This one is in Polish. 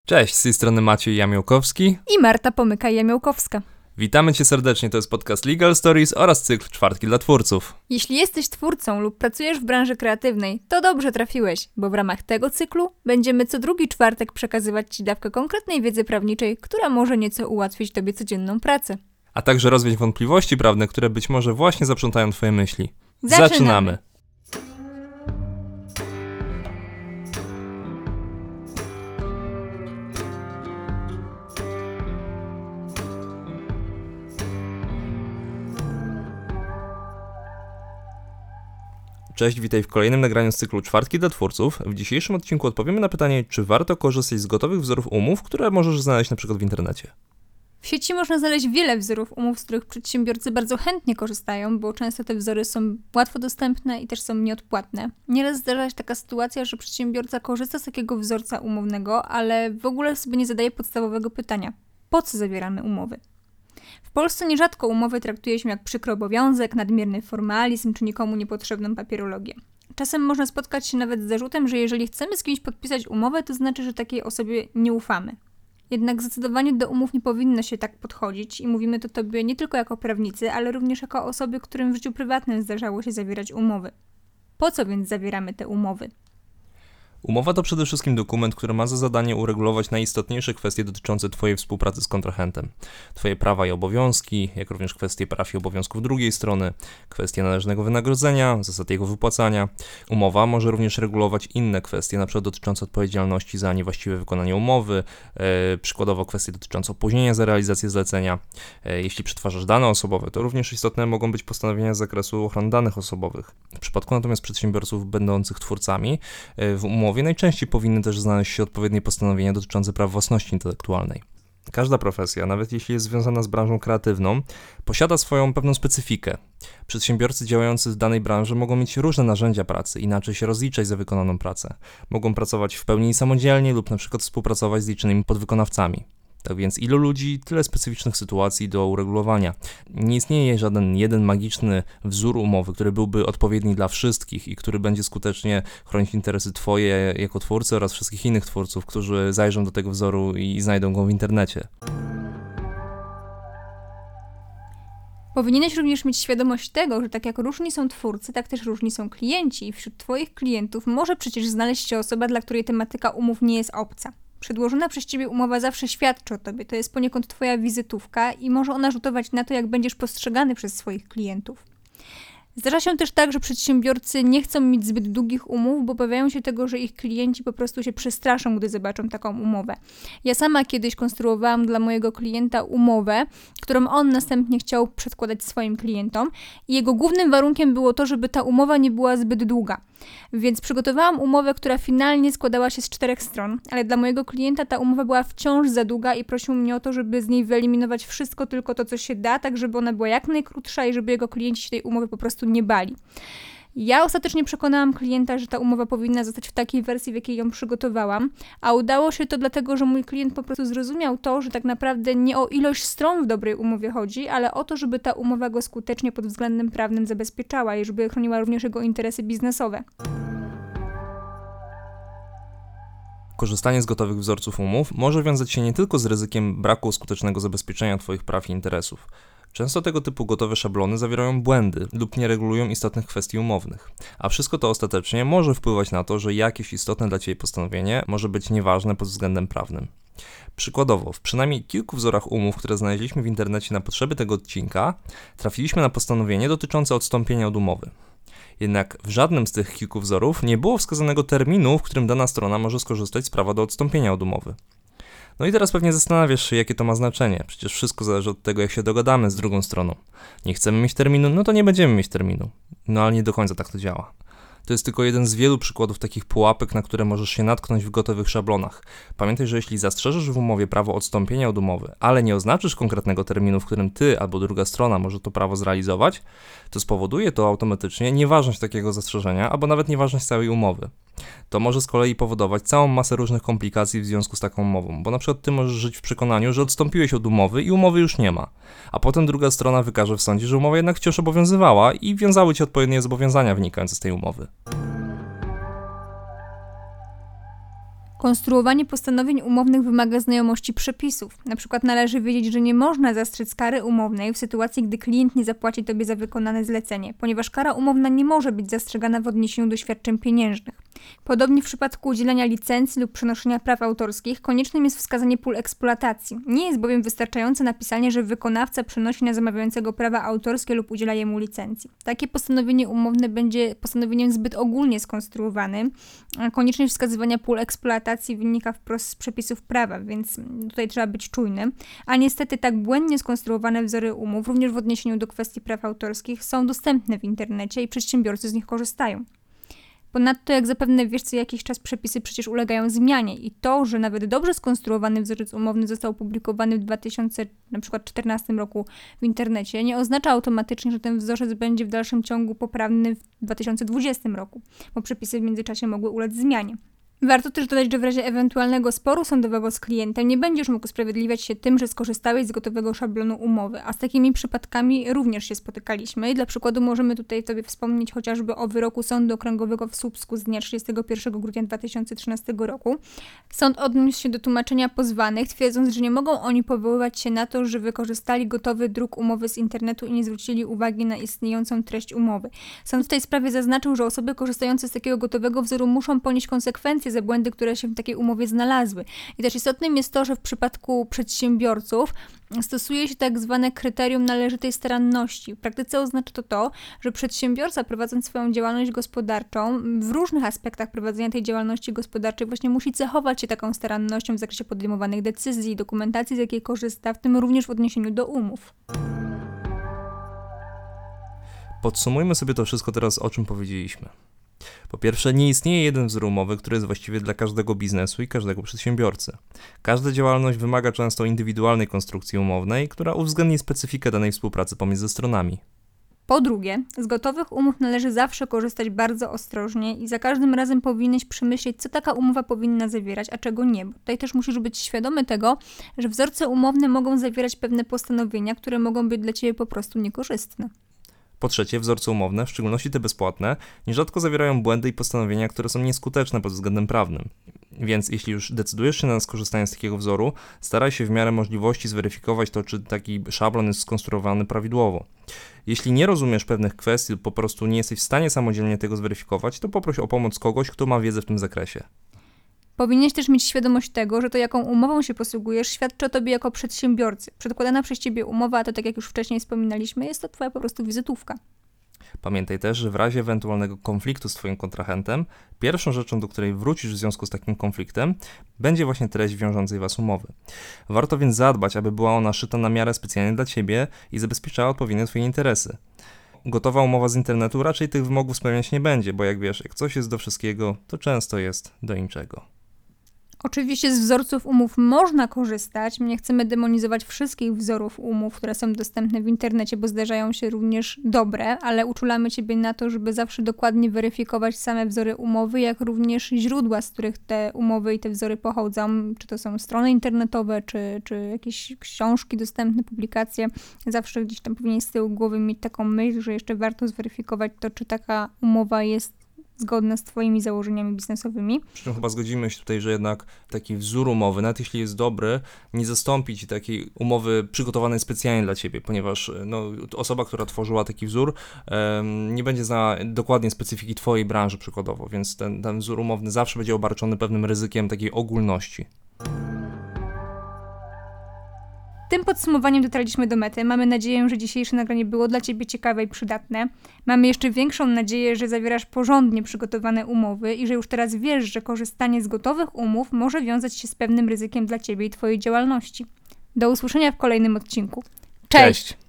Cześć, z tej strony Maciej Jamiołkowski I Marta Pomykaj-Jamiołkowska. Witamy Cię serdecznie, to jest podcast Legal Stories oraz cykl Czwartki dla twórców. Jeśli jesteś twórcą lub pracujesz w branży kreatywnej, to dobrze trafiłeś, bo w ramach tego cyklu będziemy co drugi czwartek przekazywać Ci dawkę konkretnej wiedzy prawniczej, która może nieco ułatwić Tobie codzienną pracę. A także rozwiać wątpliwości prawne, które być może właśnie zaprzątają Twoje myśli. Zaczynamy! Cześć, witaj w kolejnym nagraniu z cyklu Czwartki dla twórców. W dzisiejszym odcinku odpowiemy na pytanie, czy warto korzystać z gotowych wzorów umów, które możesz znaleźć na przykład w internecie. W sieci można znaleźć wiele wzorów umów, z których przedsiębiorcy bardzo chętnie korzystają, bo często te wzory są łatwo dostępne i też są nieodpłatne. Nieraz zdarza się taka sytuacja, że przedsiębiorca korzysta z takiego wzorca umownego, ale w ogóle sobie nie zadaje podstawowego pytania: po co zawieramy umowy? W Polsce nierzadko umowy traktuje się jak przykry obowiązek, nadmierny formalizm czy nikomu niepotrzebną papierologię. Czasem można spotkać się nawet z zarzutem, że jeżeli chcemy z kimś podpisać umowę, to znaczy, że takiej osobie nie ufamy. Jednak zdecydowanie do umów nie powinno się tak podchodzić i mówimy to Tobie nie tylko jako prawnicy, ale również jako osoby, którym w życiu prywatnym zdarzało się zawierać umowy. Po co więc zawieramy te umowy? Umowa to przede wszystkim dokument, który ma za zadanie uregulować najistotniejsze kwestie dotyczące Twojej współpracy z kontrahentem. Twoje prawa i obowiązki, jak również kwestie praw i obowiązków drugiej strony, kwestie należnego wynagrodzenia, zasad jego wypłacania. Umowa może również regulować inne kwestie, np. dotyczące odpowiedzialności za niewłaściwe wykonanie umowy, przykładowo kwestie dotyczące opóźnienia za realizację zlecenia. Jeśli przetwarzasz dane osobowe, to również istotne mogą być postanowienia z zakresu ochrony danych osobowych. W przypadku natomiast przedsiębiorców będących twórcami, w umowie najczęściej powinny też znaleźć się odpowiednie postanowienia dotyczące praw własności intelektualnej. Każda profesja, nawet jeśli jest związana z branżą kreatywną, posiada swoją pewną specyfikę. Przedsiębiorcy działający w danej branży mogą mieć różne narzędzia pracy, inaczej się rozliczać za wykonaną pracę. Mogą pracować w pełni samodzielnie lub na przykład współpracować z licznymi podwykonawcami. Tak więc ilu ludzi, tyle specyficznych sytuacji do uregulowania. Nie istnieje żaden jeden magiczny wzór umowy, który byłby odpowiedni dla wszystkich i który będzie skutecznie chronić interesy Twoje jako twórcy oraz wszystkich innych twórców, którzy zajrzą do tego wzoru i znajdą go w internecie. Powinieneś również mieć świadomość tego, że tak jak różni są twórcy, tak też różni są klienci i wśród Twoich klientów może przecież znaleźć się osoba, dla której tematyka umów nie jest obca. Przedłożona przez Ciebie umowa zawsze świadczy o Tobie, to jest poniekąd Twoja wizytówka i może ona rzutować na to, jak będziesz postrzegany przez swoich klientów. Zdarza się też tak, że przedsiębiorcy nie chcą mieć zbyt długich umów, bo obawiają się tego, że ich klienci po prostu się przestraszą, gdy zobaczą taką umowę. Ja sama kiedyś konstruowałam dla mojego klienta umowę, którą on następnie chciał przedkładać swoim klientom i jego głównym warunkiem było to, żeby ta umowa nie była zbyt długa. Więc przygotowałam umowę, która finalnie składała się z 4 stron, ale dla mojego klienta ta umowa była wciąż za długa i prosił mnie o to, żeby z niej wyeliminować wszystko, tylko to, co się da, tak żeby ona była jak najkrótsza i żeby jego klienci się tej umowy po prostu nie bali. Ja ostatecznie przekonałam klienta, że ta umowa powinna zostać w takiej wersji, w jakiej ją przygotowałam, a udało się to dlatego, że mój klient po prostu zrozumiał to, że tak naprawdę nie o ilość stron w dobrej umowie chodzi, ale o to, żeby ta umowa go skutecznie pod względem prawnym zabezpieczała i żeby chroniła również jego interesy biznesowe. Korzystanie z gotowych wzorców umów może wiązać się nie tylko z ryzykiem braku skutecznego zabezpieczenia Twoich praw i interesów. Często tego typu gotowe szablony zawierają błędy lub nie regulują istotnych kwestii umownych, a wszystko to ostatecznie może wpływać na to, że jakieś istotne dla Ciebie postanowienie może być nieważne pod względem prawnym. Przykładowo, w przynajmniej kilku wzorach umów, które znaleźliśmy w internecie na potrzeby tego odcinka, trafiliśmy na postanowienie dotyczące odstąpienia od umowy. Jednak w żadnym z tych kilku wzorów nie było wskazanego terminu, w którym dana strona może skorzystać z prawa do odstąpienia od umowy. No i teraz pewnie zastanawiasz się, jakie to ma znaczenie. Przecież wszystko zależy od tego, jak się dogadamy z drugą stroną. Nie chcemy mieć terminu, no to nie będziemy mieć terminu. No ale nie do końca tak to działa. To jest tylko jeden z wielu przykładów takich pułapek, na które możesz się natknąć w gotowych szablonach. Pamiętaj, że jeśli zastrzeżesz w umowie prawo odstąpienia od umowy, ale nie oznaczysz konkretnego terminu, w którym ty albo druga strona może to prawo zrealizować, to spowoduje to automatycznie nieważność takiego zastrzeżenia, albo nawet nieważność całej umowy. To może z kolei powodować całą masę różnych komplikacji w związku z taką umową, bo na przykład ty możesz żyć w przekonaniu, że odstąpiłeś od umowy i umowy już nie ma, a potem druga strona wykaże w sądzie, że umowa jednak wciąż obowiązywała i wiązały cię odpowiednie zobowiązania wynikające z tej umowy. Konstruowanie postanowień umownych wymaga znajomości przepisów. Na przykład należy wiedzieć, że nie można zastrzec kary umownej w sytuacji, gdy klient nie zapłaci tobie za wykonane zlecenie, ponieważ kara umowna nie może być zastrzegana w odniesieniu do świadczeń pieniężnych. Podobnie w przypadku udzielania licencji lub przenoszenia praw autorskich koniecznym jest wskazanie pól eksploatacji. Nie jest bowiem wystarczające napisanie, że wykonawca przenosi na zamawiającego prawa autorskie lub udziela mu licencji. Takie postanowienie umowne będzie postanowieniem zbyt ogólnie skonstruowanym. Konieczność wskazywania pól eksploatacji wynika wprost z przepisów prawa, więc tutaj trzeba być czujnym. A niestety tak błędnie skonstruowane wzory umów, również w odniesieniu do kwestii praw autorskich, są dostępne w internecie i przedsiębiorcy z nich korzystają. Ponadto, jak zapewne wiesz, co jakiś czas przepisy przecież ulegają zmianie i to, że nawet dobrze skonstruowany wzorzec umowny został opublikowany w 2014 roku w internecie, nie oznacza automatycznie, że ten wzorzec będzie w dalszym ciągu poprawny w 2020 roku, bo przepisy w międzyczasie mogły ulec zmianie. Warto też dodać, że w razie ewentualnego sporu sądowego z klientem nie będziesz mógł usprawiedliwiać się tym, że skorzystałeś z gotowego szablonu umowy, a z takimi przypadkami również się spotykaliśmy. I dla przykładu możemy tutaj sobie wspomnieć chociażby o wyroku Sądu Okręgowego w Słupsku z dnia 31 grudnia 2013 roku. Sąd odniósł się do tłumaczenia pozwanych, twierdząc, że nie mogą oni powoływać się na to, że wykorzystali gotowy druk umowy z internetu i nie zwrócili uwagi na istniejącą treść umowy. Sąd w tej sprawie zaznaczył, że osoby korzystające z takiego gotowego wzoru muszą ponieść konsekwencje za błędy, które się w takiej umowie znalazły. I też istotnym jest to, że w przypadku przedsiębiorców stosuje się tak zwane kryterium należytej staranności. W praktyce oznacza to, że przedsiębiorca, prowadząc swoją działalność gospodarczą, w różnych aspektach prowadzenia tej działalności gospodarczej właśnie musi cechować się taką starannością w zakresie podejmowanych decyzji, dokumentacji, z jakiej korzysta, w tym również w odniesieniu do umów. Podsumujmy sobie to wszystko teraz, o czym powiedzieliśmy. Po pierwsze, nie istnieje jeden wzór umowy, który jest właściwy dla każdego biznesu i każdego przedsiębiorcy. Każda działalność wymaga często indywidualnej konstrukcji umownej, która uwzględni specyfikę danej współpracy pomiędzy stronami. Po drugie, z gotowych umów należy zawsze korzystać bardzo ostrożnie i za każdym razem powinieneś przemyśleć, co taka umowa powinna zawierać, a czego nie. Bo tutaj też musisz być świadomy tego, że wzorce umowne mogą zawierać pewne postanowienia, które mogą być dla ciebie po prostu niekorzystne. Po trzecie, wzorce umowne, w szczególności te bezpłatne, nierzadko zawierają błędy i postanowienia, które są nieskuteczne pod względem prawnym. Więc jeśli już decydujesz się na skorzystanie z takiego wzoru, staraj się w miarę możliwości zweryfikować to, czy taki szablon jest skonstruowany prawidłowo. Jeśli nie rozumiesz pewnych kwestii lub po prostu nie jesteś w stanie samodzielnie tego zweryfikować, to poproś o pomoc kogoś, kto ma wiedzę w tym zakresie. Powinieneś też mieć świadomość tego, że to, jaką umową się posługujesz, świadczy o tobie jako przedsiębiorcy. Przedkładana przez ciebie umowa, a to, tak jak już wcześniej wspominaliśmy, jest to twoja po prostu wizytówka. Pamiętaj też, że w razie ewentualnego konfliktu z twoim kontrahentem, pierwszą rzeczą, do której wrócisz w związku z takim konfliktem, będzie właśnie treść wiążącej was umowy. Warto więc zadbać, aby była ona szyta na miarę specjalnie dla ciebie i zabezpieczała odpowiednio twoje interesy. Gotowa umowa z internetu raczej tych wymogów spełniać nie będzie, bo jak wiesz, jak coś jest do wszystkiego, to często jest do niczego. Oczywiście z wzorców umów można korzystać. My nie chcemy demonizować wszystkich wzorów umów, które są dostępne w internecie, bo zdarzają się również dobre, ale uczulamy ciebie na to, żeby zawsze dokładnie weryfikować same wzory umowy, jak również źródła, z których te umowy i te wzory pochodzą. Czy to są strony internetowe, czy jakieś książki dostępne, publikacje. Zawsze gdzieś tam powinien z tyłu głowy mieć taką myśl, że jeszcze warto zweryfikować to, czy taka umowa jest zgodne z twoimi założeniami biznesowymi. Przy czym chyba zgodzimy się tutaj, że jednak taki wzór umowy, nawet jeśli jest dobry, nie zastąpi ci takiej umowy przygotowanej specjalnie dla ciebie, ponieważ osoba, która tworzyła taki wzór, nie będzie znała dokładnie specyfiki twojej branży przykładowo, więc ten wzór umowny zawsze będzie obarczony pewnym ryzykiem takiej ogólności. Tym podsumowaniem dotarliśmy do mety. Mamy nadzieję, że dzisiejsze nagranie było dla ciebie ciekawe i przydatne. Mamy jeszcze większą nadzieję, że zawierasz porządnie przygotowane umowy i że już teraz wiesz, że korzystanie z gotowych umów może wiązać się z pewnym ryzykiem dla ciebie i twojej działalności. Do usłyszenia w kolejnym odcinku. Cześć!